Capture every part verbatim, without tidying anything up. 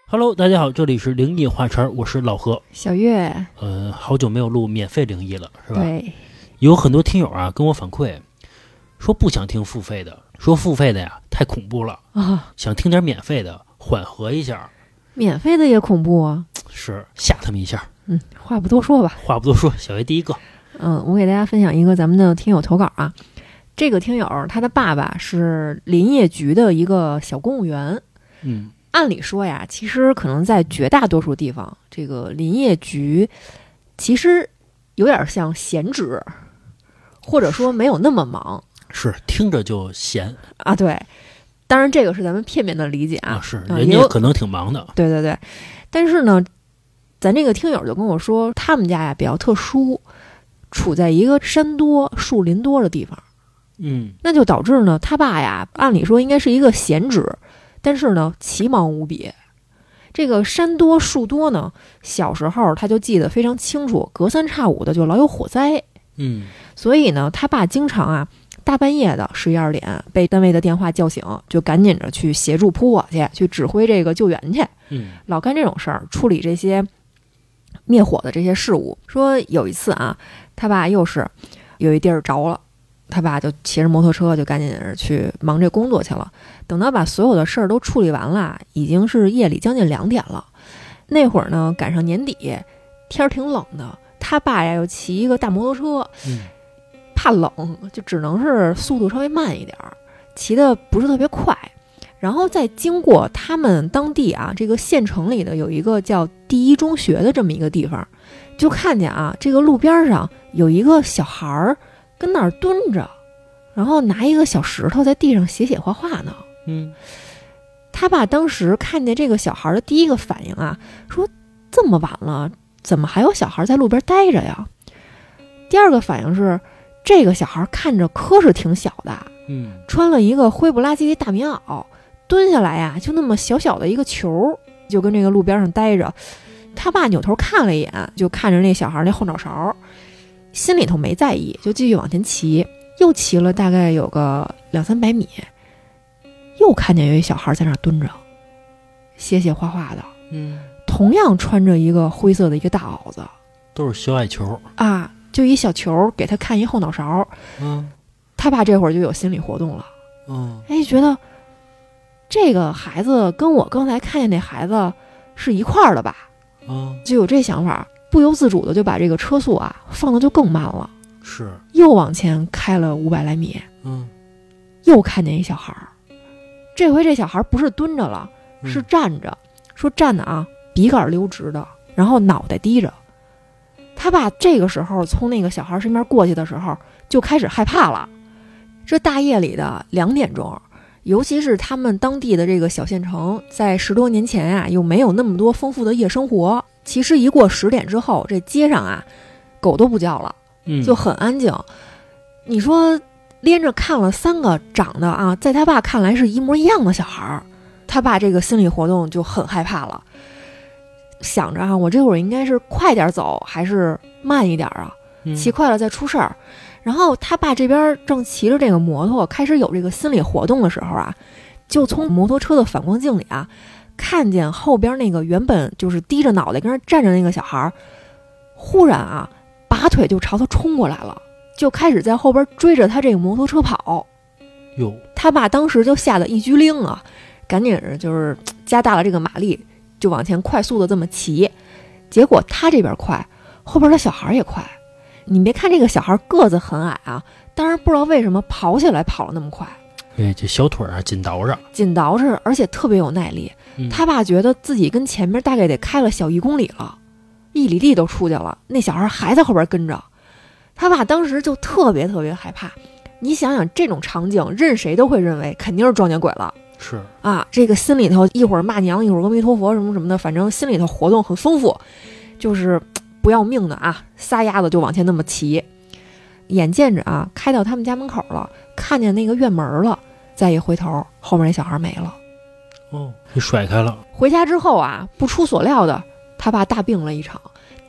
Hello， 大家好，这里是灵异话茬，我是老何， 小月。 呃，好久没有录免费灵异了，是吧？ 对， 有很多听友啊跟我反馈，说不想听付费的，说付费的呀太恐怖了啊， 想听点免费的，缓和一下。 免费的也恐怖啊， 是吓他们一下。 嗯，话不多说吧， 话不多说，小月第一个。 嗯，我给大家分享一个咱们的听友投稿啊。这个听友他的爸爸是林业局的一个小公务员， 嗯。 按理说呀，其实可能在绝大多数地方，这个林业局其实有点像闲职，或者说没有那么忙。 是，听着就闲啊。对，当然这个是咱们片面的理解啊。 啊是，人家可能挺忙的。 对对对，但是呢，咱这个听友就跟我说，他们家呀比较特殊，处在一个山多树林多的地方。 嗯， 那就导致呢，他爸呀，按理说应该是一个闲职。但是呢，奇忙无比。这个山多树多呢，小时候他就记得非常清楚，隔三差五的就老有火灾。 嗯， 所以呢，他爸经常啊，大半夜的十一二点被单位的电话叫醒，就赶紧着去协助扑火去，去指挥这个救援去。 嗯， 老干这种事儿，处理这些灭火的这些事务。说有一次啊，他爸又是有一地儿着了。他爸就骑着摩托车就赶紧去忙这工作去了。等到把所有的事儿都处理完了，已经是夜里将近两点了。那会儿呢，赶上年底，天儿挺冷的。他爸呀又骑一个大摩托车， 嗯， 怕冷，就只能是速度稍微慢一点，骑的不是特别快。然后再经过他们当地啊这个县城里的有一个叫第一中学的这么一个地方，就看见啊这个路边上有一个小孩儿。跟那儿蹲着，然后拿一个小石头在地上写写画画呢。 嗯， 他爸当时看见这个小孩的第一个反应啊，说这么晚了，怎么还有小孩在路边待着呀？第二个反应是，这个小孩看着可是挺小的， 嗯， 穿了一个灰不拉几的大棉袄，蹲下来呀，就那么小小的一个球，就跟这个路边上待着。他爸扭头看了一眼，就看着那小孩那后脑勺。心里头没在意，就继续往前骑，又骑了大概有个两三百米，又看见有一小孩在那儿蹲着，写写画画的， 嗯， 同样穿着一个灰色的一个大袄子， 都是小矮球啊，就一小球给他看一后脑勺， 嗯， 他爸这会儿就有心理活动了， 嗯， 哎，觉得这个孩子跟我刚才看见那孩子是一块儿的吧， 嗯， 就有这想法。不由自主的就把这个车速啊放的就更慢了， 是又往前开了五百来米， 嗯， 又看见一小孩儿，这回这小孩不是蹲着了，是站着，嗯、说站的啊，笔杆溜直的，然后脑袋低着。他爸这个时候从那个小孩身边过去的时候，就开始害怕了。这大夜里的两点钟，尤其是他们当地的这个小县城，在十多年前啊，又没有那么多丰富的夜生活。其实一过十点之后，这街上啊，狗都不叫了，就很安静。嗯、你说连着看了三个长得啊，在他爸看来是一模一样的小孩，他爸这个心理活动就很害怕了，想着啊，我这会儿应该是快点走还是慢一点啊？嗯、骑快了再出事儿。然后他爸这边正骑着这个摩托，开始有这个心理活动的时候啊，就从摩托车的反光镜里啊。看见后边那个原本就是低着脑袋跟那站着那个小孩，忽然啊，拔腿就朝他冲过来了，就开始在后边追着他这个摩托车跑。 哟， 他爸当时就吓得一激灵啊，赶紧就是加大了这个马力，就往前快速的这么骑。结果他这边快，后边的小孩也快。你别看这个小孩个子很矮啊，但是不知道为什么跑起来跑了那么快。 哎，这小腿啊，紧倒着， 紧倒着，而且特别有耐力。嗯、他爸觉得自己跟前面大概得开了小一公里了，一里地都出去了，那小孩还在后边跟着。他爸当时就特别特别害怕。你想想这种场景，任谁都会认为肯定是撞见鬼了。 是啊，这个心里头一会儿骂娘，一会儿阿弥陀佛什么什么的，反正心里头活动很丰富，就是不要命的啊，撒丫子就往前那么骑。眼见着啊，开到他们家门口了，看见那个院门了。再一回头，后面那小孩没了。 哦，给甩开了。 回家之后啊，不出所料的，他爸大病了一场，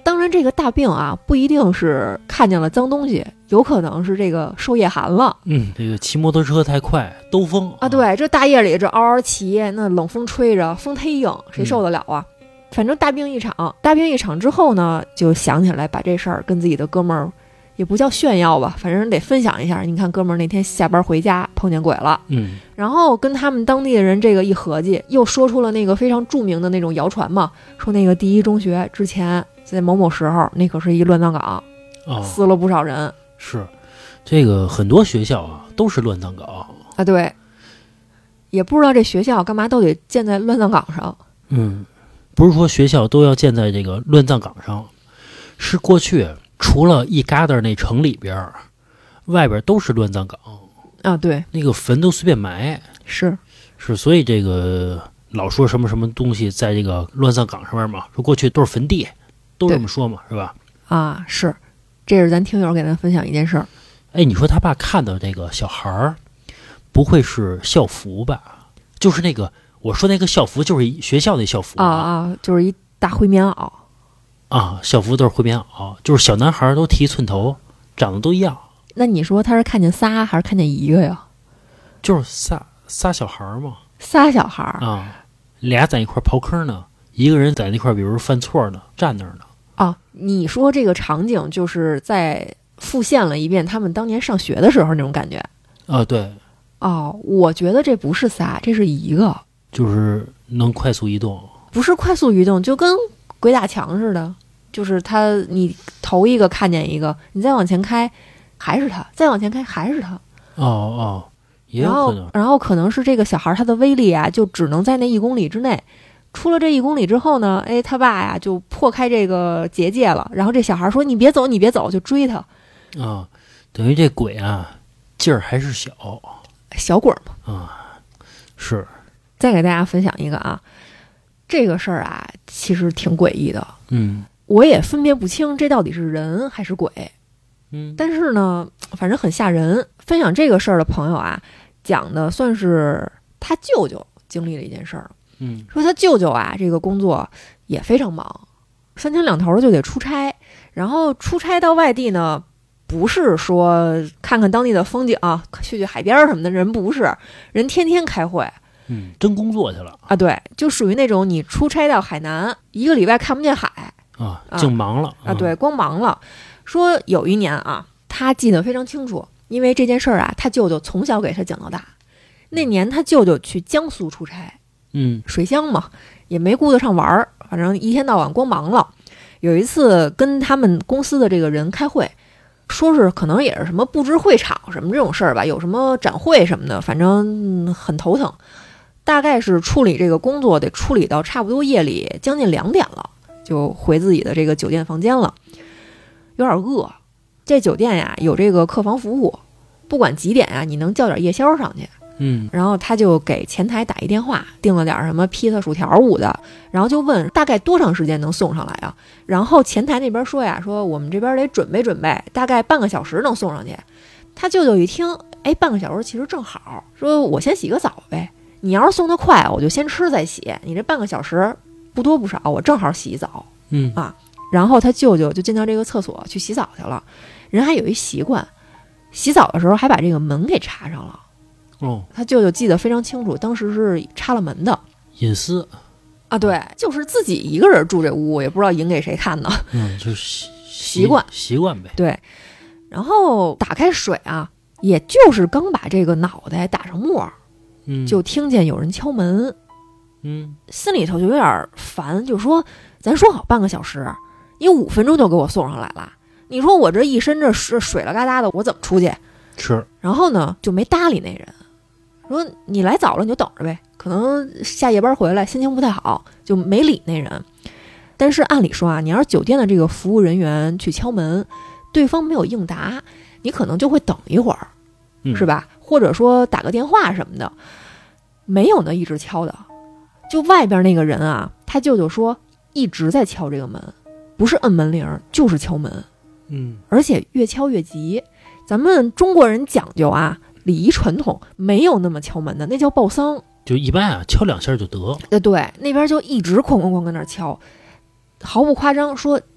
当然，这个大病啊，不一定是看见了脏东西，有可能是这个受夜寒了。 嗯，这个骑摩托车太快，兜风啊，对，这大夜里这嗷嗷骑，那冷风吹着，风忒硬，谁受得了啊？嗯、反正大病一场，大病一场之后呢，就想起来把这事儿跟自己的哥们儿，也不叫炫耀吧，反正得分享一下。你看，哥们儿那天下班回家碰见鬼了， 嗯， 然后跟他们当地的人这个一合计，又说出了那个非常著名的那种谣传嘛，说那个第一中学之前。在某某时候，那可是一乱葬岗，哦、死了不少人。 是，这个很多学校啊都是乱葬岗啊。对，也不知道这学校干嘛都得建在乱葬岗上。 嗯，不是说学校都要建在这个乱葬岗上，是过去除了一疙瘩那城里边，外边都是乱葬岗啊。对， 那个坟都随便埋。 是是，所以这个老说什么什么东西在这个乱葬岗上面嘛，说过去都是坟地。都这么说嘛，是吧？ 啊，是，这是咱听友给咱分享一件事儿。 哎，你说他爸看到这个小孩儿，不会是校服吧？就是那个我说那个校服，就是学校的校服啊啊，就是一大灰棉袄啊，校服都是灰棉袄，就是小男孩都剃寸头，长得都一样。 那你说他是看见仨还是看见一个呀？ 就是仨仨小孩嘛， 仨小孩啊，俩在一块刨坑呢，一个人在那块，比如犯错呢，站那儿呢。 啊，你说这个场景就是在复现了一遍他们当年上学的时候那种感觉啊？对。 哦，我觉得这不是仨，这是一个， 就是能快速移动。 不是快速移动，就跟鬼打墙似的，就是他，你头一个看见一个，你再往前开还是他，再往前开还是他。 哦哦，也有可能。然后， 然后可能是这个小孩他的威力啊，就只能在那一公里之内。出了这一公里之后呢，哎，他爸呀就破开这个结界了，然后这小孩说：“你别走，你别走！”就追他。 啊，等于这鬼啊劲儿还是小， 小鬼嘛。 啊，是。 再给大家分享一个啊，这个事儿啊其实挺诡异的。 嗯， 我也分辨不清这到底是人还是鬼。 嗯， 但是呢，反正很吓人。分享这个事儿的朋友啊，讲的算是他舅舅经历了一件事儿。 嗯， 说他舅舅啊，这个工作也非常忙，三天两头就得出差，然后出差到外地呢，不是说看看当地的风景啊，去去海边什么的，人不是，人天天开会， 嗯，真工作去了啊，对，就属于那种你出差到海南一个礼拜看不见海啊，净忙了啊, 啊，对，光忙了。说有一年啊，他记得非常清楚，因为这件事儿啊，他舅舅从小给他讲到大。那年他舅舅去江苏出差。 嗯， 水乡嘛，也没顾得上玩儿，反正一天到晚光忙了。有一次跟他们公司的这个人开会，说是可能也是什么布置会场什么这种事儿吧，有什么展会什么的，反正、嗯、很头疼。大概是处理这个工作得处理到差不多夜里将近两点了，就回自己的这个酒店房间了。有点饿，这酒店呀有这个客房服务，不管几点啊，你能叫点夜宵上去。 嗯， 然后他就给前台打一电话，订了点什么披萨、薯条捂的，然后就问大概多长时间能送上来啊？然后前台那边说呀，说我们这边得准备准备，大概半个小时能送上去。他舅舅一听，哎，半个小时其实正好，说我先洗个澡呗。你要是送得快，我就先吃再洗。你这半个小时不多不少，我正好洗澡。 嗯啊，然后他舅舅就进到这个厕所去洗澡去了。人还有一习惯，洗澡的时候还把这个门给插上了。 哦， 他舅舅记得非常清楚，当时是插了门的， 隐私啊，对，就是自己一个人住这屋，也不知道引给谁看的， 嗯，就是习惯习惯呗。 对，然后打开水啊，也就是刚把这个脑袋打上沫， 嗯， 就听见有人敲门， 嗯， 心里头就有点烦，就说咱说好半个小时，你五分钟就给我送上来了，你说我这一身这水水了嘎达的，我怎么出去？ 是， 然后呢就没搭理那人。说你来早了你就等着呗，可能下夜班回来心情不太好，就没理那人。但是按理说啊，你要是酒店的这个服务人员去敲门，对方没有应答，你可能就会等一会儿， 嗯、 是吧？或者说打个电话什么的，没有呢，一直敲的。就外边那个人啊，他舅舅说一直在敲这个门，不是摁门铃就是敲门， 嗯， 而且越敲越急。咱们中国人讲究啊。礼仪传统没有那么敲门的，那叫报丧。 就一般啊，敲两下就得。 呃，对，那边就一直哐哐哐跟那敲，毫不夸张，说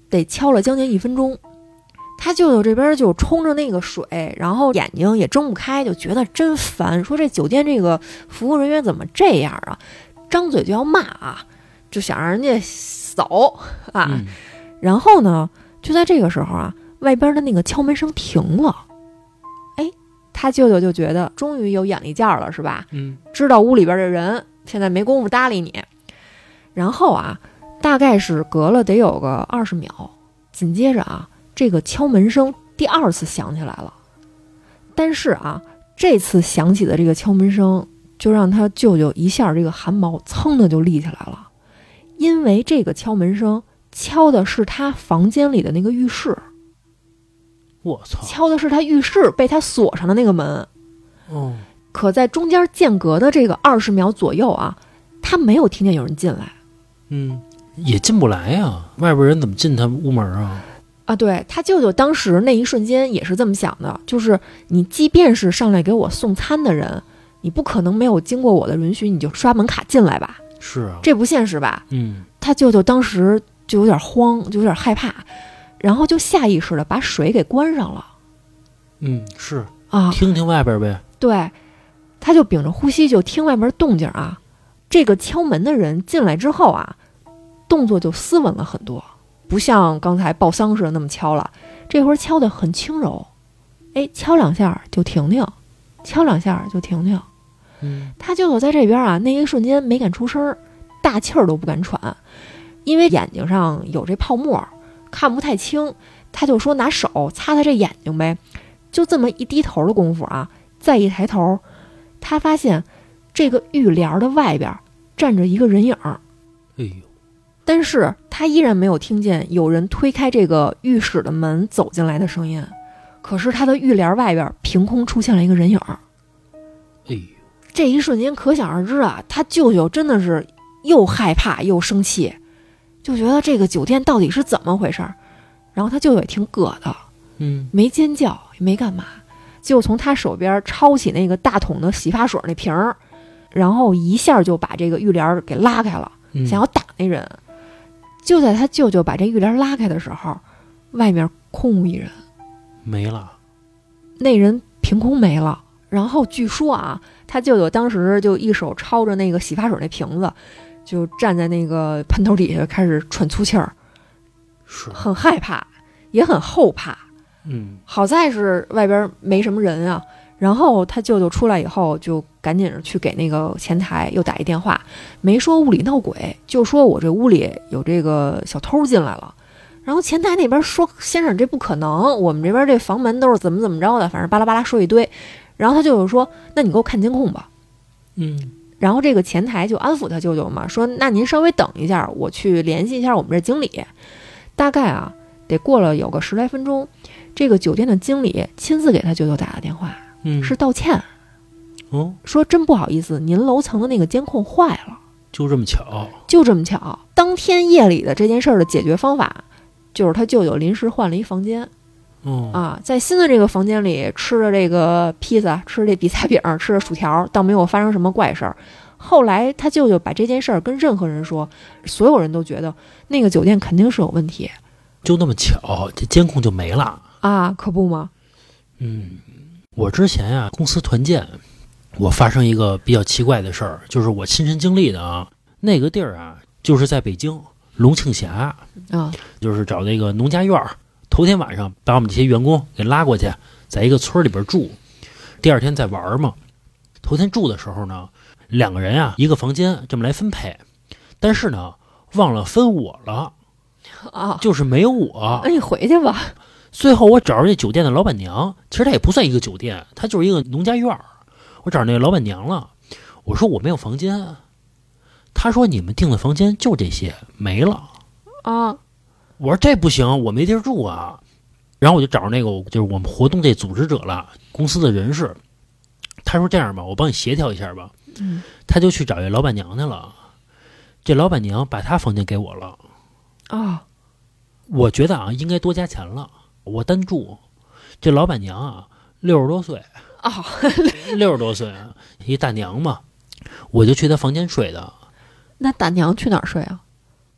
得敲了将近一分钟。他舅舅这边就冲着那个水，然后眼睛也睁不开，就觉得真烦，说这酒店这个服务人员怎么这样啊，张嘴就要骂啊，就想让人家走啊、 嗯、 然后呢就在这个时候啊，外边的那个敲门声停了。哎，他舅舅就觉得终于有眼力见了，是吧？ 嗯， 知道屋里边的人现在没工夫搭理你。然后啊，大概是隔了得有个二十秒，紧接着啊，这个敲门声第二次响起来了。但是啊，这次响起的这个敲门声就让他舅舅一下这个汗毛噌的就立起来了，因为这个敲门声敲的是他房间里的那个浴室。 我操！ 敲的是他浴室被他锁上的那个门。 哦， 可在中间间隔的这个二十秒左右啊，他没有听见有人进来。 嗯，也进不来呀、啊，外边人怎么进他屋门啊？ 啊，对，他舅舅当时那一瞬间也是这么想的，就是你即便是上来给我送餐的人，你不可能没有经过我的允许你就刷门卡进来吧？ 是啊， 这不现实吧？ 嗯， 他舅舅当时就有点慌，就有点害怕，然后就下意识的把水给关上了。 嗯，是啊， 听听外边呗。 对，他就屏着呼吸就听外边动静啊。这个敲门的人进来之后啊，动作就斯文了很多，不像刚才报丧似的那么敲了，这会儿敲得很轻柔，哎，敲两下就停停，敲两下就停停。 嗯， 他舅舅在这边啊，那一瞬间没敢出声，大气儿都不敢喘，因为眼睛上有这泡沫，看不太清。他就说拿手擦擦这眼睛呗。就这么一低头的功夫啊，再一抬头，他发现这个浴帘的外边站着一个人影。 哎呦！ 但是他依然没有听见有人推开这个浴室的门走进来的声音，可是他的浴帘外边凭空出现了一个人影。 哎呦！ 这一瞬间可想而知啊，他舅舅真的是又害怕又生气，就觉得这个酒店到底是怎么回事。然后他舅舅也挺膈的， 嗯， 没尖叫也没干嘛，就从他手边抄起那个大桶的洗发水那瓶儿，然后一下就把这个浴帘给拉开了， 嗯、 想要打那人。就在他舅舅把这浴帘拉开的时候，外面空无一人， 没了， 那人凭空没了。然后据说啊，他舅舅当时就一手抄着那个洗发水那瓶子，就站在那个喷头底下开始喘粗气儿， 是很害怕，也很后怕。 嗯， 好在是外边没什么人啊。然后他舅舅出来以后，就赶紧去给那个前台又打一电话，没说屋里闹鬼，就说我这屋里有这个小偷进来了。然后前台那边说，先生这不可能，我们这边这房门都是怎么怎么着的，反正巴拉巴拉说一堆。然后他舅舅说，那你给我看监控吧。 嗯， 然后这个前台就安抚他舅舅嘛，说那您稍微等一下，我去联系一下我们这经理。大概啊得过了有个十来分钟，这个酒店的经理亲自给他舅舅打了电话， 嗯， 是道歉。 哦， 说真不好意思，您楼层的那个监控坏了。 就这么巧， 就这么巧。当天夜里的这件事儿的解决方法，就是他舅舅临时换了一房间。 哦啊，在新的这个房间里吃着这个披萨，吃着这比萨饼，吃着薯条，倒没有发生什么怪事儿。后来他舅舅把这件事儿跟任何人说，所有人都觉得那个酒店肯定是有问题。 就那么巧，这监控就没了啊，可不吗？ 嗯，我之前啊公司团建，我发生一个比较奇怪的事儿，就是我亲身经历的啊。那个地儿啊，就是在北京龙庆峡啊， 就是找那个农家院儿。头天晚上把我们这些员工给拉过去，在一个村里边住，第二天再玩嘛。头天住的时候呢，两个人啊一个房间这么来分配，但是呢忘了分我了啊， 就是没有我。 那你回去吧。 最后我找着这酒店的老板娘，其实她也不算一个酒店，她就是一个农家院。我找那个老板娘了，我说我没有房间，她说你们订的房间就这些没了啊。 我说这不行，我没地儿住啊。然后我就找那个就是我们活动这组织者了，公司的人事。他说这样吧，我帮你协调一下吧。 嗯， 他就去找这老板娘去了。这老板娘把他房间给我了。 啊、哦， 我觉得啊应该多加钱了。我单住，这老板娘啊六十多岁啊， 六十多岁一大娘嘛，我就去她房间睡的。 那大娘去哪儿睡啊？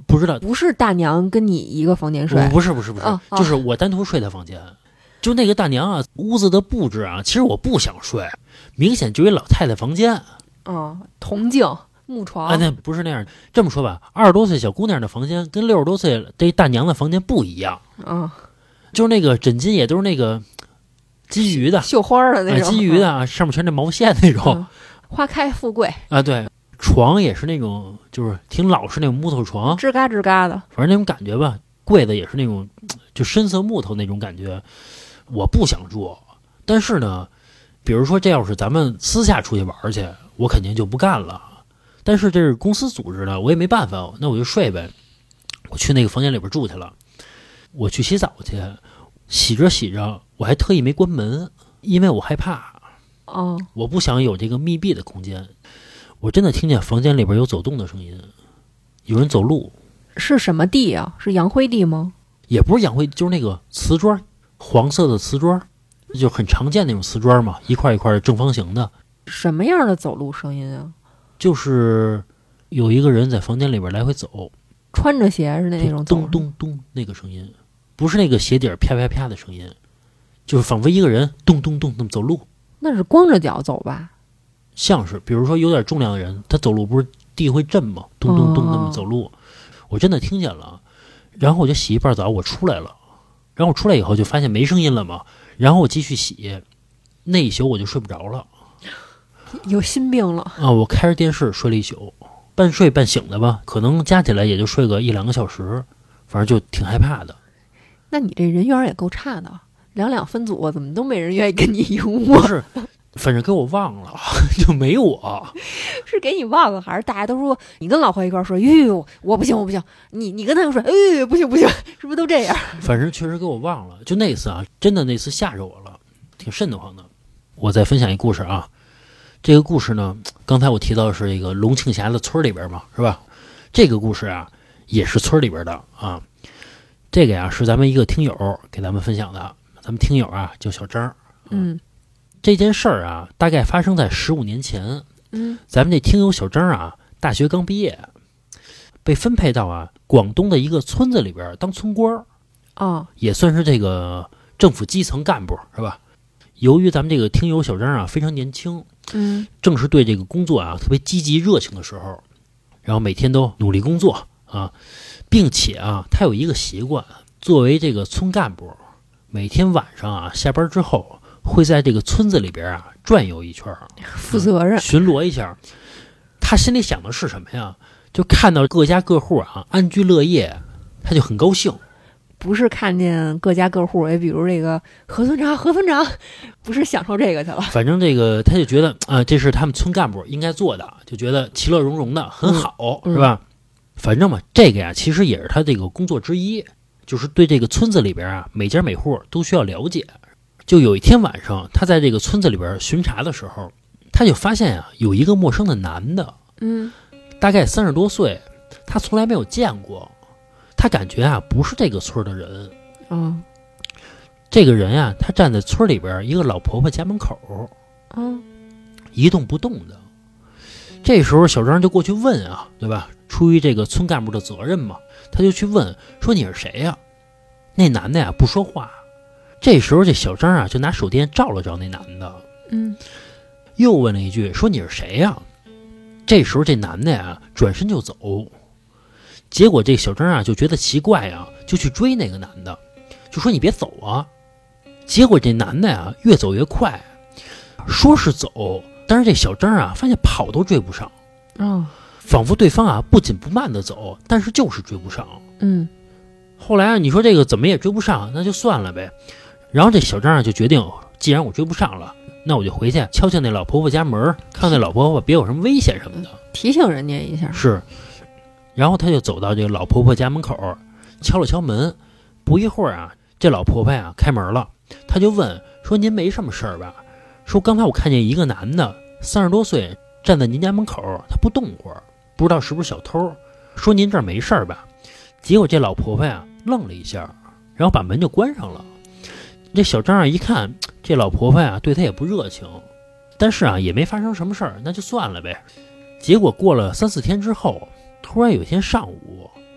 不知道， 不是大娘跟你一个房间睡？ 不是不是不是、 哦哦、 就是我单独睡她房间。就那个大娘啊，屋子的布置啊，其实我不想睡，明显就一老太太房间。 哦，铜镜木床啊，那不是那样。这么说吧，二十多岁小姑娘的房间跟六十多岁这大娘的房间不一样。 嗯、哦， 就是那个枕巾也都是那个金鱼的、 绣花的那种， 啊、金鱼的啊，上面全是毛线那种、 嗯，花开富贵啊。对，床也是那种就是挺老实那种木头床， 吱嘎吱嘎的， 反正那种感觉吧。柜子也是那种就深色木头那种感觉，我不想住。但是呢，比如说这要是咱们私下出去玩去，我肯定就不干了。但是这是公司组织的，我也没办法，那我就睡呗。我去那个房间里边住去了，我去洗澡去，洗着洗着，我还特意没关门，因为我害怕。 哦， 我不想有这个密闭的空间。我真的听见房间里边有走动的声音，有人走路。 是什么地啊？是洋灰地吗？ 也不是洋灰，就是那个瓷砖，黄色的瓷砖，就很常见那种瓷砖嘛，一块一块的正方形的。 什么样的走路声音啊？ 就是有一个人在房间里边来回走， 穿着鞋是那种走咚咚咚那个声音，不是那个鞋底啪啪啪的声音，就是仿佛一个人咚咚咚那么走路。 那是光着脚走吧？ 像是，比如说有点重量的人，他走路不是地会震吗？咚咚咚那么走路。哦，我真的听见了，然后我就洗一半澡，我出来了，然后我出来以后就发现没声音了嘛，然后我继续洗，那一宿我就睡不着了， 有心病了啊！我开着电视睡了一宿，半睡半醒的吧，可能加起来也就睡个一两个小时，反正就挺害怕的。 那你这人缘也够差的，两两分组怎么都没人愿意跟你一屋？ 不是，反正给我忘了，就没我。 是给你忘了，还是大家都说你跟老何一块说，哟呦，我不行，我不行。你你跟他们说，哎，不行不行，是不是都这样？ 反正确实给我忘了。就那次啊，真的那次吓着我了，挺瘆得慌的。我再分享一故事啊，这个故事呢，刚才我提到的是一个龙庆峡的村里边嘛，是吧？这个故事啊，也是村里边的啊。这个呀是咱们一个听友给咱们分享的，咱们听友啊叫小张。 嗯， 这件事儿啊，大概发生在十五年前。 嗯， 咱们这听友小张啊，大学刚毕业，被分配到啊广东的一个村子里边当村官， 哦， 也算是这个政府基层干部，是吧？由于咱们这个听友小张啊非常年轻， 嗯， 正是对这个工作啊特别积极热情的时候，然后每天都努力工作啊，并且啊他有一个习惯，作为这个村干部，每天晚上啊下班之后会在这个村子里边啊转悠一圈， 负责任、 嗯、巡逻一下。他心里想的是什么呀？就看到各家各户啊安居乐业，他就很高兴。 不是看见各家各户，也比如这个何村长，何村长，不是享受这个去了。 反正这个他就觉得啊、呃，这是他们村干部应该做的，就觉得其乐融融的，很好， 嗯、 是吧？反正嘛，这个呀，其实也是他这个工作之一，就是对这个村子里边啊，每家每户都需要了解。就有一天晚上，他在这个村子里边巡查的时候，他就发现啊，有一个陌生的男的， 嗯， 大概三十多岁，他从来没有见过。他感觉啊，不是这个村的人。 嗯， 这个人啊，他站在村里边一个老婆婆家门口， 嗯， 一动不动的。这时候小张就过去问啊，对吧？出于这个村干部的责任嘛，他就去问说：“你是谁呀？”那男的呀不说话。这时候这小张啊就拿手电照了照那男的， 嗯， 又问了一句说：“你是谁呀？”这时候这男的呀转身就走。结果这小张啊就觉得奇怪啊，就去追那个男的，就说：“你别走啊！”结果这男的呀越走越快，说是走，但是这小张啊发现跑都追不上， 哦， 仿佛对方啊不紧不慢的走，但是就是追不上。 嗯， 后来啊你说这个怎么也追不上，那就算了呗。然后这小张啊就决定，既然我追不上了，那我就回去敲敲那老婆婆家门，看那老婆婆别有什么危险什么的， 提醒人家一下。 是。然后他就走到这个老婆婆家门口，敲了敲门。不一会儿啊，这老婆婆呀开门了，他就问说：“您没什么事儿吧？”说：“刚才我看见一个男的，三十多岁，站在您家门口，他不动会儿，不知道是不是小偷。说您这儿没事儿吧？”结果这老婆婆呀愣了一下，然后把门就关上了。这小张啊一看，这老婆婆呀对他也不热情，但是啊也没发生什么事儿，那就算了呗。结果过了三四天之后，突然有一天上午，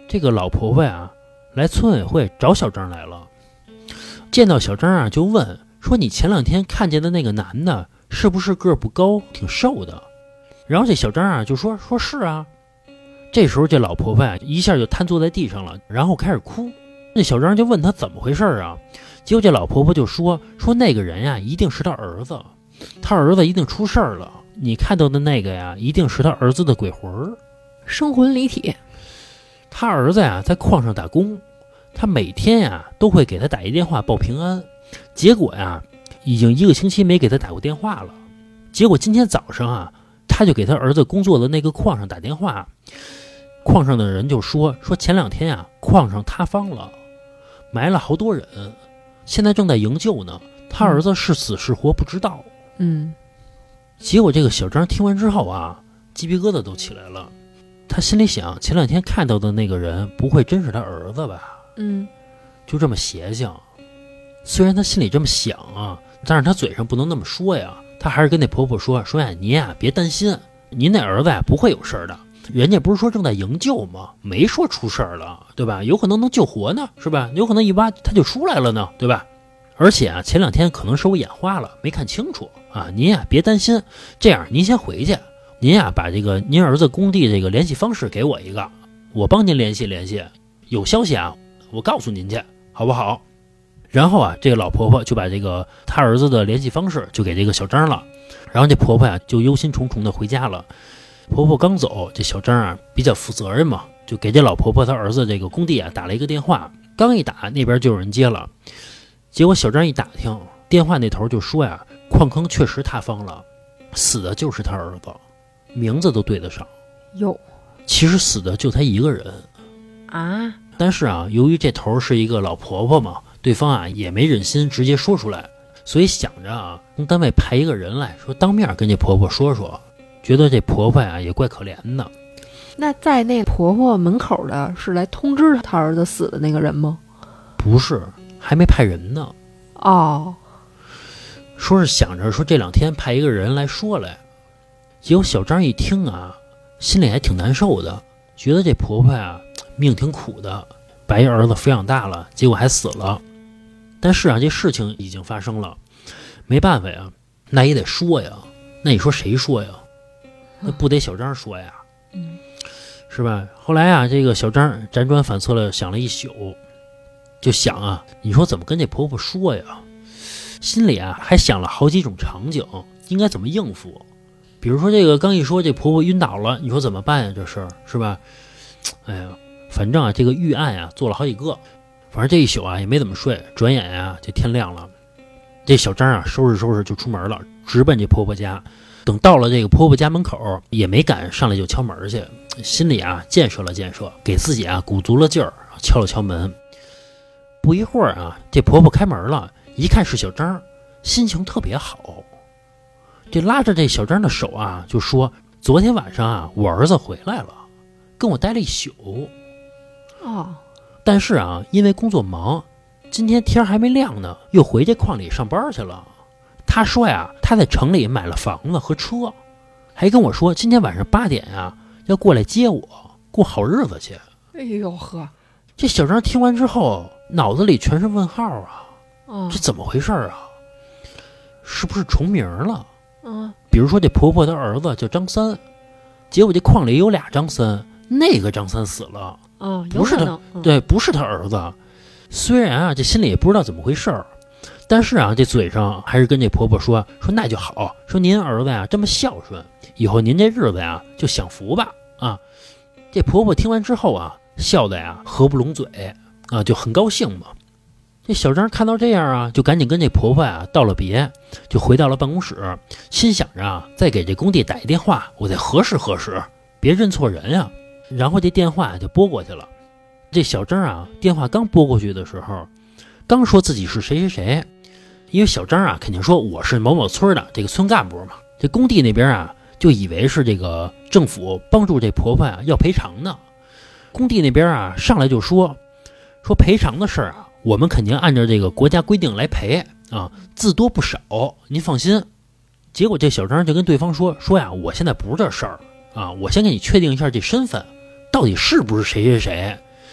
这个老婆婆呀来村委会找小张来了，见到小张啊就问说，你前两天看见的那个男的是不是个儿不高挺瘦的？然后这小张啊就说说是啊。这时候这老婆婆呀一下就瘫坐在地上了，然后开始哭。那小张就问他怎么回事啊？结果这老婆婆就说说那个人呀一定是他儿子，他儿子一定出事儿了，你看到的那个呀一定是他儿子的鬼魂， 生魂离体。 他儿子呀在矿上打工，他每天呀都会给他打一电话报平安，结果呀已经一个星期没给他打过电话了。结果今天早上啊他就给他儿子工作的那个矿上打电话，矿上的人就说说前两天啊矿上塌方了，埋了好多人，现在正在营救呢，他儿子是死是活不知道。 嗯， 结果这个小张听完之后啊鸡皮疙瘩都起来了，他心里想前两天看到的那个人不会真是他儿子吧？ 嗯， 就这么邪性。虽然他心里这么想啊，但是他嘴上不能那么说呀，他还是跟那婆婆说说呀，您呀别担心，您那儿子呀不会有事儿的，人家不是说正在营救吗？没说出事儿了，对吧？有可能能救活呢，是吧？有可能一挖他就出来了呢，对吧？而且啊，前两天可能是我眼花了，没看清楚啊。您呀别担心，这样您先回去，您呀把这个您儿子工地这个联系方式给我一个，我帮您联系联系，有消息啊我告诉您去，好不好？然后啊，这个老婆婆就把这个她儿子的联系方式就给这个小张了，然后这婆婆呀、啊、就忧心忡忡的回家了。婆婆刚走，这小张啊比较负责任嘛，就给这老婆婆她儿子这个工地啊打了一个电话，刚一打那边就有人接了，结果小张一打听，电话那头就说呀，矿坑确实塌方了，死的就是他儿子，名字都对得上。 哟， 其实死的就他一个人啊， 但是啊，由于这头是一个老婆婆嘛，对方啊也没忍心直接说出来，所以想着啊，从单位派一个人来说，当面跟这婆婆说说，觉得这婆婆呀也怪可怜的。 那在那婆婆门口的是来通知他儿子死的那个人吗？ 不是，还没派人呢。 哦， 说是想着说这两天派一个人来说来，结果小张一听啊，心里还挺难受的，觉得这婆婆呀命挺苦的，把一儿子抚养大了，结果还死了。但是啊，这事情已经发生了，没办法呀，那也得说呀。那你说谁说呀？那不得小张说呀， 嗯， 是吧？后来啊，这个小张辗转反侧了，想了一宿，就想啊，你说怎么跟这婆婆说呀？心里啊还想了好几种场景，应该怎么应付。比如说这个刚一说这婆婆晕倒了，你说怎么办呀？这事儿是吧？哎呀，反正啊这个预案啊做了好几个，反正这一宿啊也没怎么睡，转眼呀、啊、就天亮了。这小张啊收拾收拾就出门了，直奔这婆婆家。等到了这个婆婆家门口，也没敢上来就敲门去，心里啊建设了建设，给自己啊鼓足了劲儿，敲了敲门。不一会儿啊，这婆婆开门了，一看是小张，心情特别好。这拉着这小张的手啊，就说：“昨天晚上啊，我儿子回来了，跟我待了一宿。 哦， 但是啊，因为工作忙，今天天还没亮呢，又回这矿里上班去了。他说呀，他在城里买了房子和车，还跟我说今天晚上八点呀要过来接我，过好日子去。” 哎呦呵， 这小张听完之后，脑子里全是问号啊！ 哦， 这怎么回事啊？是不是重名了？ 嗯， 比如说这婆婆的儿子叫张三，结果这矿里有俩张三，那个张三死了， 嗯， 不是他， 嗯、 对，不是他儿子。虽然啊，这心里也不知道怎么回事儿，但是啊，这嘴上还是跟这婆婆说说那就好，说您儿子呀这么孝顺，以后您这日子呀就享福吧啊！这婆婆听完之后啊，笑得呀合不拢嘴啊，就很高兴嘛。这小张看到这样啊，就赶紧跟这婆婆呀道了别，就回到了办公室，心想着啊，再给这工地打一电话，我再核实核实，别认错人呀。然后这电话就拨过去了。这小张啊，电话刚拨过去的时候，刚说自己是谁谁谁，因为小张啊肯定说我是某某村的这个村干部嘛。这工地那边啊就以为是这个政府帮助这婆婆呀要赔偿呢。工地那边啊上来就说说赔偿的事儿啊，我们肯定按照这个国家规定来赔啊，字多不少，您放心。结果这小张就跟对方说说呀，我现在不是这事儿啊，我先给你确定一下这身份，到底是不是谁谁谁。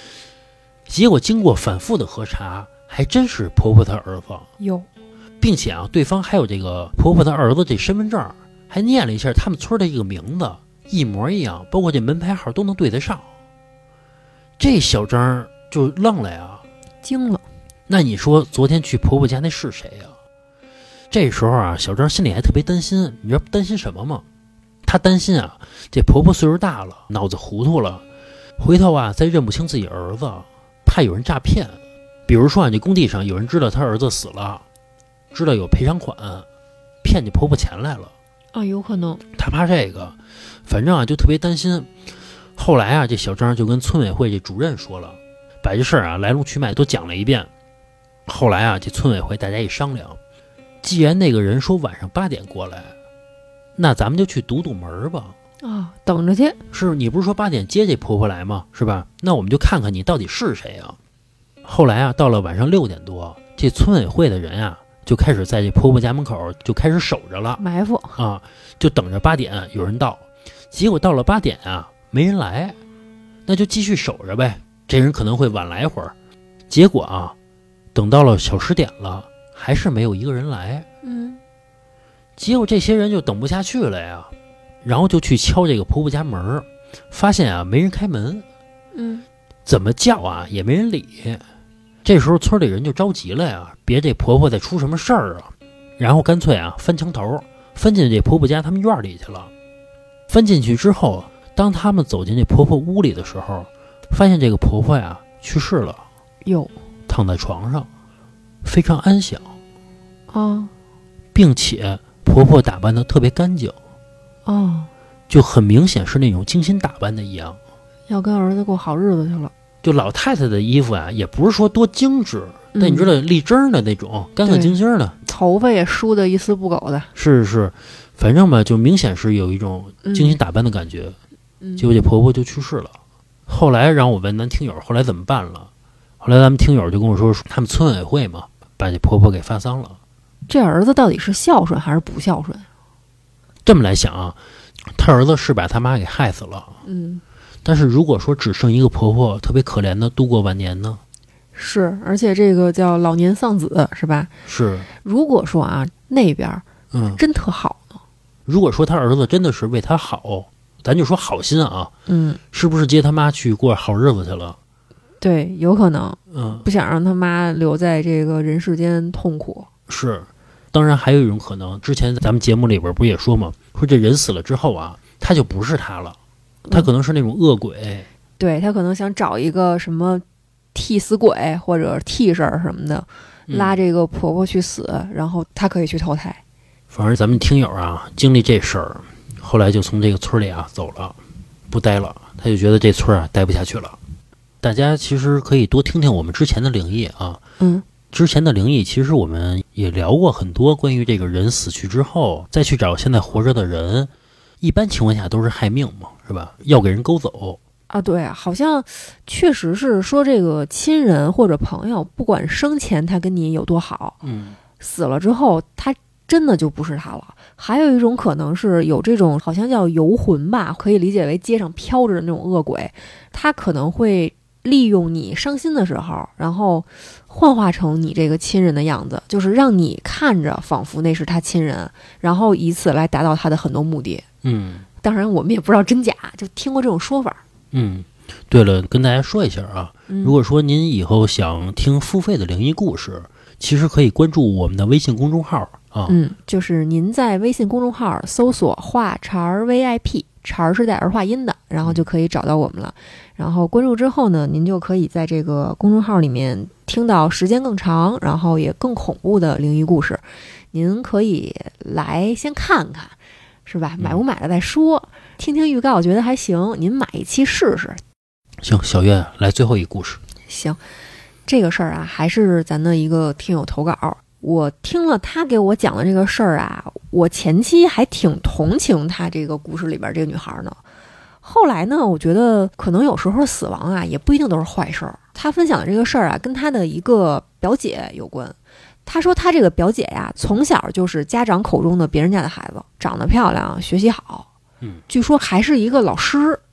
结果经过反复的核查，还真是婆婆她儿子哟， 并且啊，对方还有这个婆婆她儿子这身份证，还念了一下他们村的一个名字，一模一样，包括这门牌号都能对得上。这小张就愣了呀， 惊了。 那你说昨天去婆婆家那是谁呀？这时候啊，小张心里还特别担心，你知道担心什么吗？他担心啊，这婆婆岁数大了，脑子糊涂了，回头啊再认不清自己儿子，怕有人诈骗。比如说啊，这工地上有人知道他儿子死了，知道有赔偿款，骗这婆婆钱来了啊，有可能。 他怕这个，反正啊就特别担心。后来啊，这小张就跟村委会这主任说了，把这事儿啊来龙去脉都讲了一遍。后来啊，这村委会大家一商量，既然那个人说晚上八点过来，那咱们就去堵堵门吧。 啊，等着去。 是你不是说八点接这婆婆来吗？是吧？那我们就看看你到底是谁啊。后来啊，到了晚上六点多，这村委会的人啊就开始在这婆婆家门口就开始守着了， 埋伏啊，就等着八点有人到。结果到了八点啊，没人来，那就继续守着呗。这人可能会晚来会儿。结果啊，等到了小十点了，还是没有一个人来。 嗯， 结果这些人就等不下去了呀，然后就去敲这个婆婆家门，发现啊没人开门。 嗯， 怎么叫啊也没人理。这时候村里人就着急了呀，别这婆婆再出什么事儿啊，然后干脆啊翻墙头，翻进这婆婆家他们院里去了。翻进去之后，当他们走进这婆婆屋里的时候，发现这个婆婆呀去世了， 哟， 躺在床上，非常安详啊， 并且婆婆打扮得特别干净， 哦， 就很明显是那种精心打扮的一样， 要跟儿子过好日子去了。 就老太太的衣服啊，也不是说多精致， 嗯、 但你知道立正的那种，干干净净的， 头发也梳得一丝不苟的。 是是，反正吧，就明显是有一种精心打扮的感觉。 嗯、 结果这婆婆就去世了。后来让我问咱听友后来怎么办了，后来咱们听友就跟我说，他们村委会嘛，把这婆婆给发丧了。 这儿子到底是孝顺还是不孝顺？ 这么来想啊，他儿子是把他妈给害死了。 嗯。 但是如果说只剩一个婆婆特别可怜的度过晚年呢？ 是，而且这个叫老年丧子是吧？ 是。 如果说啊那边嗯真特好呢， 如果说他儿子真的是为他好，咱就说好心啊， 嗯， 是不是接他妈去过好日子去了？ 对，有可能， 嗯， 不想让他妈留在这个人世间痛苦。 是，当然还有一种可能，之前咱们节目里边不是也说吗？说这人死了之后啊，他就不是他了。他可能是那种恶鬼， 嗯、对他可能想找一个什么替死鬼或者替身什么的，拉这个婆婆去死，嗯、然后他可以去投胎。 反正咱们听友啊，经历这事儿，后来就从这个村里啊走了，不待了，他就觉得这村啊待不下去了。大家其实可以多听听我们之前的灵异啊， 嗯， 之前的灵异其实我们也聊过很多关于这个人死去之后再去找现在活着的人。一般情况下都是害命嘛，是吧？要给人勾走啊，对啊，好像确实是说这个亲人或者朋友，不管生前他跟你有多好， 嗯， 死了之后他真的就不是他了。还有一种可能是有这种好像叫游魂吧，可以理解为街上飘着的那种恶鬼，他可能会利用你伤心的时候，然后幻化成你这个亲人的样子，就是让你看着仿佛那是他亲人，然后以此来达到他的很多目的。 嗯， 当然我们也不知道真假，就听过这种说法。 嗯，对了，跟大家说一下啊， 嗯、 如果说您以后想听付费的灵异故事，其实可以关注我们的微信公众号啊。 嗯，就是您在微信公众号搜索话茬儿 V I P， 茬儿是带儿化音的，然后就可以找到我们了。然后关注之后呢，您就可以在这个公众号里面听到时间更长，然后也更恐怖的灵异故事。您可以来先看看，是吧？买不买了再说，嗯、听听预告，我觉得还行，您买一期试试。 行，小月来最后一故事。 行，这个事儿啊，还是咱的一个听友投稿。我听了他给我讲的这个事儿啊，我前期还挺同情他这个故事里边这个女孩呢。后来呢，我觉得可能有时候死亡啊，也不一定都是坏事儿。他分享的这个事儿啊，跟他的一个表姐有关。他说他这个表姐呀，从小就是家长口中的别人家的孩子，长得漂亮，学习好， 嗯， 据说还是一个老师。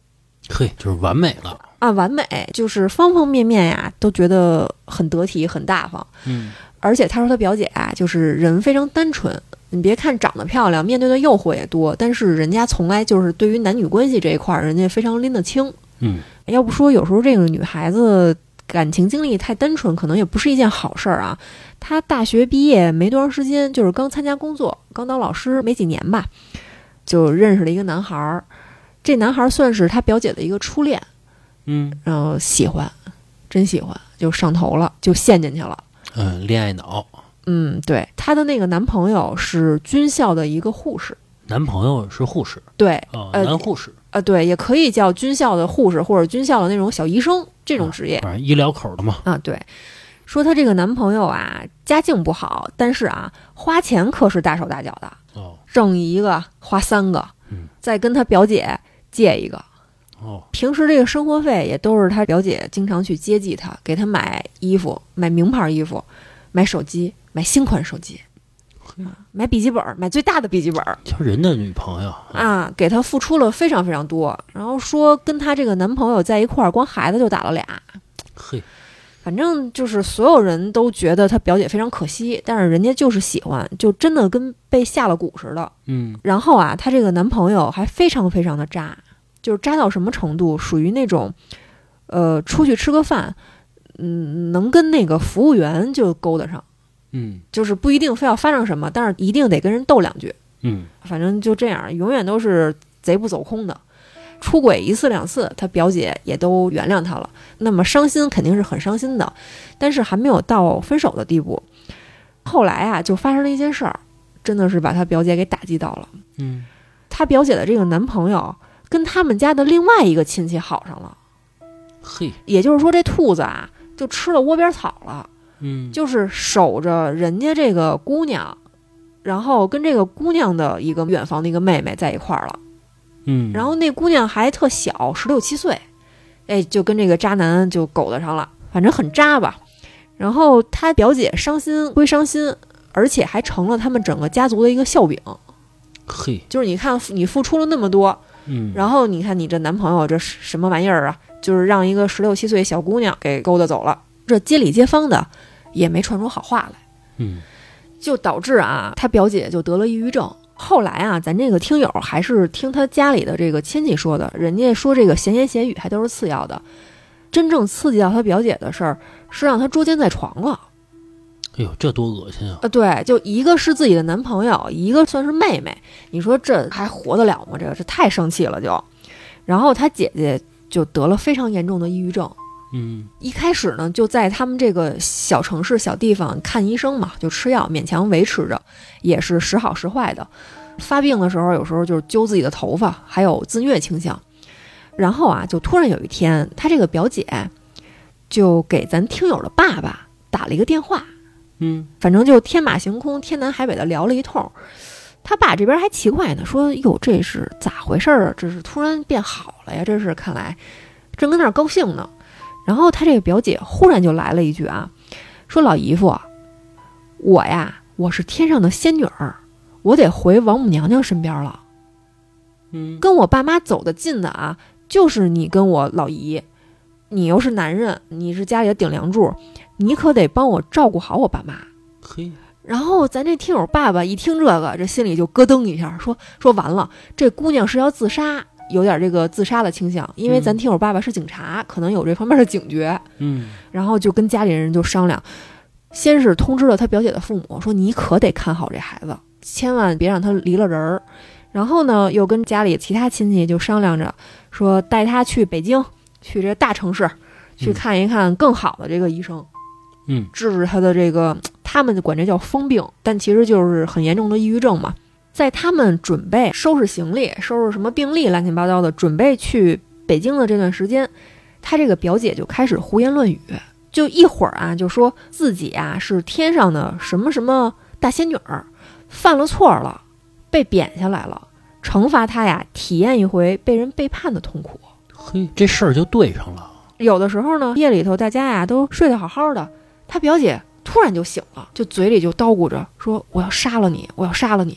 嘿，就是完美了啊，完美，就是方方面面呀都觉得很得体很大方。 嗯， 而且他说他表姐啊，就是人非常单纯，你别看长得漂亮，面对的诱惑也多，但是人家从来就是对于男女关系这一块人家非常拎得清。 嗯， 要不说有时候这个女孩子感情经历太单纯，可能也不是一件好事儿啊。她大学毕业没多长时间，就是刚参加工作，刚当老师没几年吧，就认识了一个男孩儿。这男孩算是她表姐的一个初恋， 嗯， 然后喜欢，真喜欢，就上头了，就陷进去了。 嗯，恋爱脑。 嗯，对，她的那个男朋友是军校的一个护士。 男朋友是护士。 对， 哦， 呃男护士。 呃，对，也可以叫军校的护士或者军校的那种小医生这种职业， 反正医疗口的嘛。 啊，对。说她这个男朋友啊，家境不好，但是啊，花钱可是大手大脚的。 哦， 挣一个花三个， 嗯， 再跟他表姐借一个。 哦， 平时这个生活费也都是他表姐经常去接济他，给他买衣服，买名牌衣服，买手机，买新款手机，买笔记本，买最大的笔记本。 就人的女朋友啊，给他付出了非常非常多。然后说跟他这个男朋友在一块儿，光孩子就打了俩。 嘿， 反正就是所有人都觉得他表姐非常可惜，但是人家就是喜欢，就真的跟被下了蛊似的。 嗯， 然后啊，她这个男朋友还非常非常的渣，就是渣到什么程度，属于那种，呃，出去吃个饭，嗯，能跟那个服务员就勾搭上， 嗯， 就是不一定非要发生什么，但是一定得跟人斗两句。 嗯， 反正就这样，永远都是贼不走空的。出轨一次两次，他表姐也都原谅他了。那么伤心肯定是很伤心的，但是还没有到分手的地步。后来啊，就发生了一件事儿，真的是把他表姐给打击到了。 嗯， 他表姐的这个男朋友跟他们家的另外一个亲戚好上了。 嘿， 也就是说，这兔子啊，就吃了窝边草了。 嗯， 就是守着人家这个姑娘，然后跟这个姑娘的一个远房的一个妹妹在一块儿了。 嗯， 然后那姑娘还特小，十六七岁，哎，就跟这个渣男就勾搭上了，反正很渣吧。然后他表姐伤心归伤心，而且还成了他们整个家族的一个笑柄。 嘿， 就是你看你付出了那么多， 嗯， 然后你看你这男朋友这什么玩意儿啊，就是让一个十六七岁小姑娘给勾搭走了，这街里街坊的也没传出好话来， 嗯， 就导致啊，他表姐就得了抑郁症。后来啊，咱这个听友还是听他家里的这个亲戚说的，人家说这个闲言闲语还都是次要的，真正刺激到他表姐的事儿是让他捉奸在床了。 哎呦，这多恶心啊！ 啊，对，就一个是自己的男朋友，一个算是妹妹，你说这还活得了吗？这个这太生气了就。然后他姐姐就得了非常严重的抑郁症。 嗯， 一开始呢，就在他们这个小城市小地方看医生嘛，就吃药勉强维持着，也是时好时坏的。发病的时候，有时候就是揪自己的头发，还有自虐倾向。然后啊，就突然有一天，他这个表姐就给咱听友的爸爸打了一个电话， 嗯， 反正就天马行空、天南海北的聊了一通。他爸这边还奇怪呢，说：“哟，这是咋回事啊？这是突然变好了呀？这是看来正跟那儿高兴呢。”然后他这个表姐忽然就来了一句啊，说：“老姨夫，我呀，我是天上的仙女儿，我得回王母娘娘身边了。 嗯， 跟我爸妈走得近的啊，就是你跟我老姨，你又是男人，你是家里的顶梁柱，你可得帮我照顾好我爸妈。” 嘿， 然后咱这听友爸爸一听这个，这心里就咯噔一下，说说完了，这姑娘是要自杀。有点这个自杀的倾向，因为咱听友爸爸是警察，嗯、可能有这方面的警觉。 嗯， 然后就跟家里人就商量，先是通知了他表姐的父母，说你可得看好这孩子，千万别让他离了人儿。然后呢，又跟家里其他亲戚就商量着，说带他去北京，去这个大城市，去看一看更好的这个医生， 嗯， 治治他的这个，他们管这叫疯病，但其实就是很严重的抑郁症嘛。在他们准备收拾行李、收拾什么病历乱七八糟的，准备去北京的这段时间，他这个表姐就开始胡言乱语，就一会儿啊就说自己啊是天上的什么什么大仙女儿，犯了错了，被贬下来了，惩罚他呀体验一回被人背叛的痛苦。 嘿，这事儿就对上了。 有的时候呢，夜里头大家呀都睡得好好的，他表姐突然就醒了，就嘴里就叨咕着说：“我要杀了你，我要杀了你。”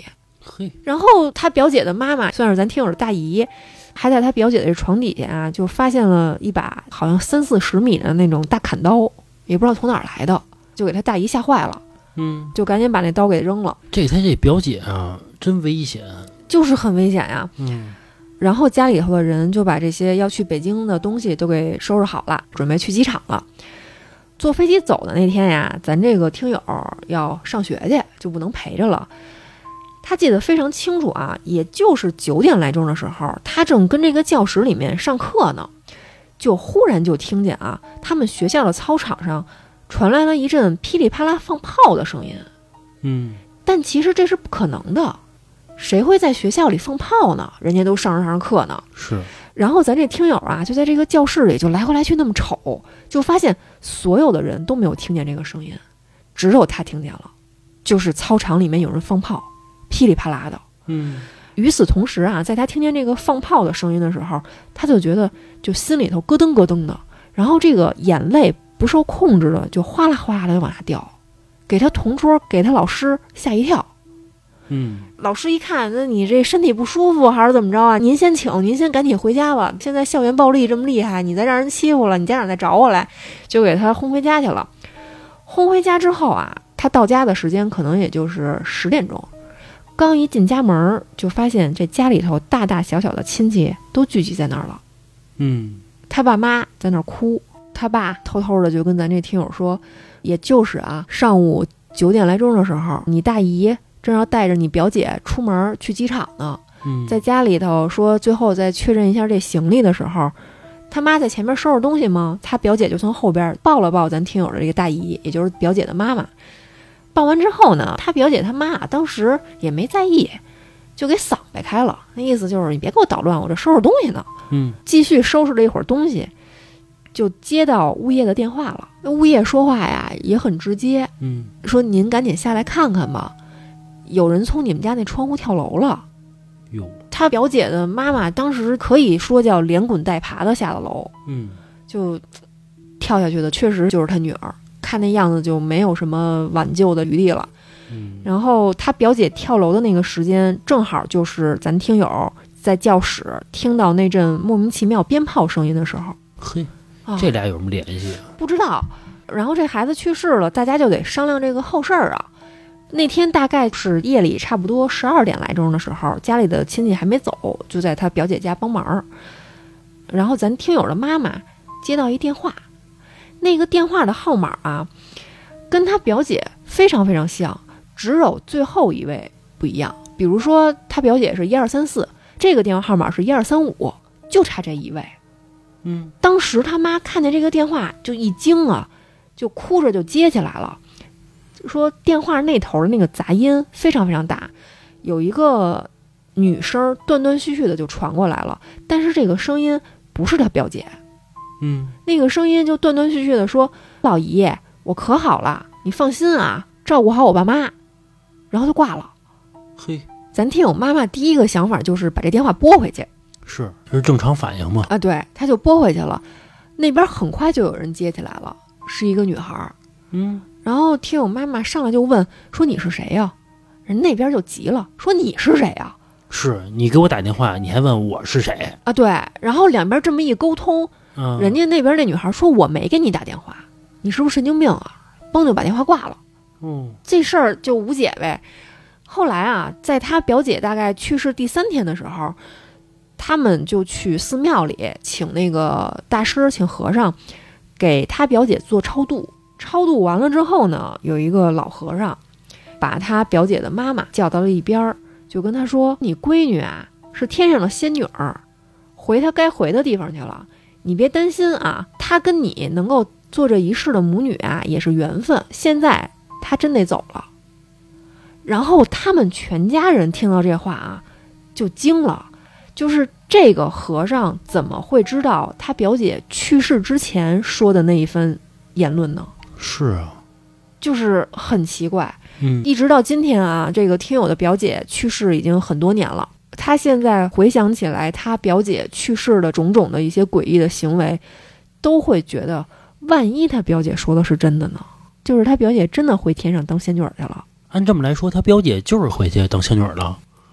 嘿， 然后他表姐的妈妈算是咱听友的大姨，还在他表姐的床底下啊，就发现了一把好像三四十米的那种大砍刀，也不知道从哪儿来的，就给他大姨吓坏了。 嗯， 就赶紧把那刀给扔了。 这他这表姐啊，真危险， 就是很危险呀。 嗯， 然后家里头的人就把这些要去北京的东西都给收拾好了，准备去机场了。坐飞机走的那天呀，咱这个听友要上学去，就不能陪着了。他记得非常清楚啊，也就是九点来钟的时候，他正跟这个教室里面上课呢，就忽然就听见啊，他们学校的操场上传来了一阵噼里啪啦放炮的声音。 嗯， 但其实这是不可能的，谁会在学校里放炮呢？人家都上着上着课呢。 是。 然后咱这听友啊，就在这个教室里就来回来去那么瞅，就发现所有的人都没有听见这个声音，只有他听见了，就是操场里面有人放炮，噼里啪啦的。 嗯。 与此同时啊，在他听见这个放炮的声音的时候，他就觉得就心里头咯噔咯噔的，然后这个眼泪不受控制的就哗啦哗啦的往下掉，给他同桌给他老师吓一跳。 嗯， 老师一看，那你这身体不舒服还是怎么着啊？您先请，您先赶紧回家吧。现在校园暴力这么厉害，你再让人欺负了，你家长再找我来，就给他轰回家去了。轰回家之后啊，他到家的时间可能也就是十点钟。刚一进家门，就发现这家里头大大小小的亲戚都聚集在那儿了。 嗯， 他爸妈在那儿哭，他爸偷偷的就跟咱这听友说，也就是啊，上午九点来钟的时候，你大姨正要带着你表姐出门去机场呢。 嗯， 在家里头说最后再确认一下这行李的时候，他妈在前面收拾东西嘛，他表姐就从后边抱了抱咱听友的这个大姨，也就是表姐的妈妈。抱完之后呢，他表姐他妈当时也没在意，就给嗓摆开了，那意思就是你别给我捣乱，我这收拾东西呢。 嗯， 继续收拾了一会儿东西，就接到物业的电话了。那物业说话呀也很直接， 嗯， 说您赶紧下来看看吧，有人从你们家那窗户跳楼了。 哟， 他表姐的妈妈当时可以说叫连滚带爬的下了楼， 嗯， 就跳下去的确实就是他女儿，看那样子就没有什么挽救的余地了。 嗯， 然后他表姐跳楼的那个时间，正好就是咱听友在教室听到那阵莫名其妙鞭炮声音的时候。 嘿， 啊、 这俩有什么联系啊？ 不知道。然后这孩子去世了，大家就得商量这个后事儿啊。那天大概是夜里差不多十二点来钟的时候，家里的亲戚还没走，就在他表姐家帮忙。然后咱听友的妈妈接到一电话，那个电话的号码啊，跟他表姐非常非常像，只有最后一位不一样。比如说他表姐是一二三四，这个电话号码是一二三五，就差这一位。 嗯， 当时他妈看见这个电话就一惊啊，就哭着就接起来了，说电话那头的那个杂音非常非常大，有一个女声断断续续的就传过来了，但是这个声音不是他表姐。 嗯， 那个声音就断断续续的说，老姨我可好了，你放心啊，照顾好我爸妈，然后就挂了。 嘿， 咱听友妈妈第一个想法就是把这电话拨回去。 是，这是正常反应嘛？ 啊，对，他就拨回去了，那边很快就有人接起来了，是一个女孩。 嗯， 然后听友妈妈上来就问说你是谁呀？人那边就急了，说你是谁呀？ 是你给我打电话，你还问我是谁啊？对，然后两边这么一沟通， 嗯， 人家那边那女孩说我没给你打电话，你是不是神经病啊？嘣就把电话挂了。 嗯， 这事儿就无解呗。后来啊，在他表姐大概去世第三天的时候，他们就去寺庙里请那个大师，请和尚给他表姐做超度。超度完了之后呢，有一个老和尚把他表姐的妈妈叫到了一边，就跟他说，你闺女啊是天上的仙女儿，回她该回的地方去了，你别担心啊，她跟你能够做这一世的母女啊也是缘分，现在她真得走了。然后他们全家人听到这话啊就惊了，就是这个和尚怎么会知道他表姐去世之前说的那一番言论呢？ 是啊， 就是很奇怪。 嗯， 一直到今天啊，这个听友的表姐去世已经很多年了，他现在回想起来他表姐去世的种种的一些诡异的行为，都会觉得万一他表姐说的是真的呢？就是他表姐真的回天上当仙女去了。 按这么来说，他表姐就是回去当仙女了。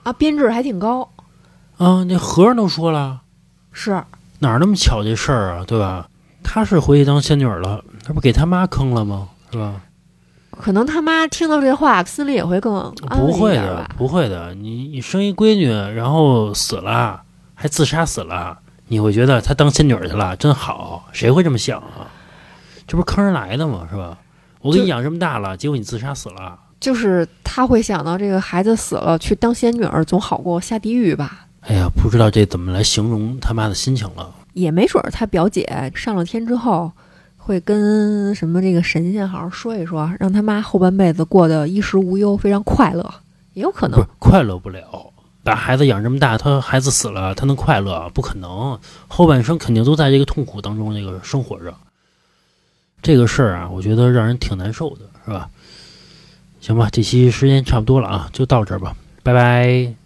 啊，编制还挺高啊。那和尚都说了， 是哪儿那么巧这事儿啊，对吧？他是回去当仙女了，他不给他妈坑了吗？是吧？ 可能他妈听到这话，心里也会更安慰不会一点吧。 的，不会的。你你生一闺女，然后死了，还自杀死了，你会觉得她当仙女去了，真好？谁会这么想啊？这不是坑人来的吗？是吧？我给你养这么大了，结果你自杀死了。 就是他会想到这个孩子死了，去当仙女儿总好过下地狱吧？ 哎呀，不知道这怎么来形容他妈的心情了。 也没准儿他表姐上了天之后。会跟什么这个神仙好好说一说，让他妈后半辈子过得衣食无忧，非常快乐，也有可能。 不是快乐不了，把孩子养这么大，他孩子死了，他能快乐？不可能，后半生肯定都在这个痛苦当中这个生活着。这个事儿啊，我觉得让人挺难受的，是吧？行吧，这期时间差不多了啊，就到这儿吧，拜拜。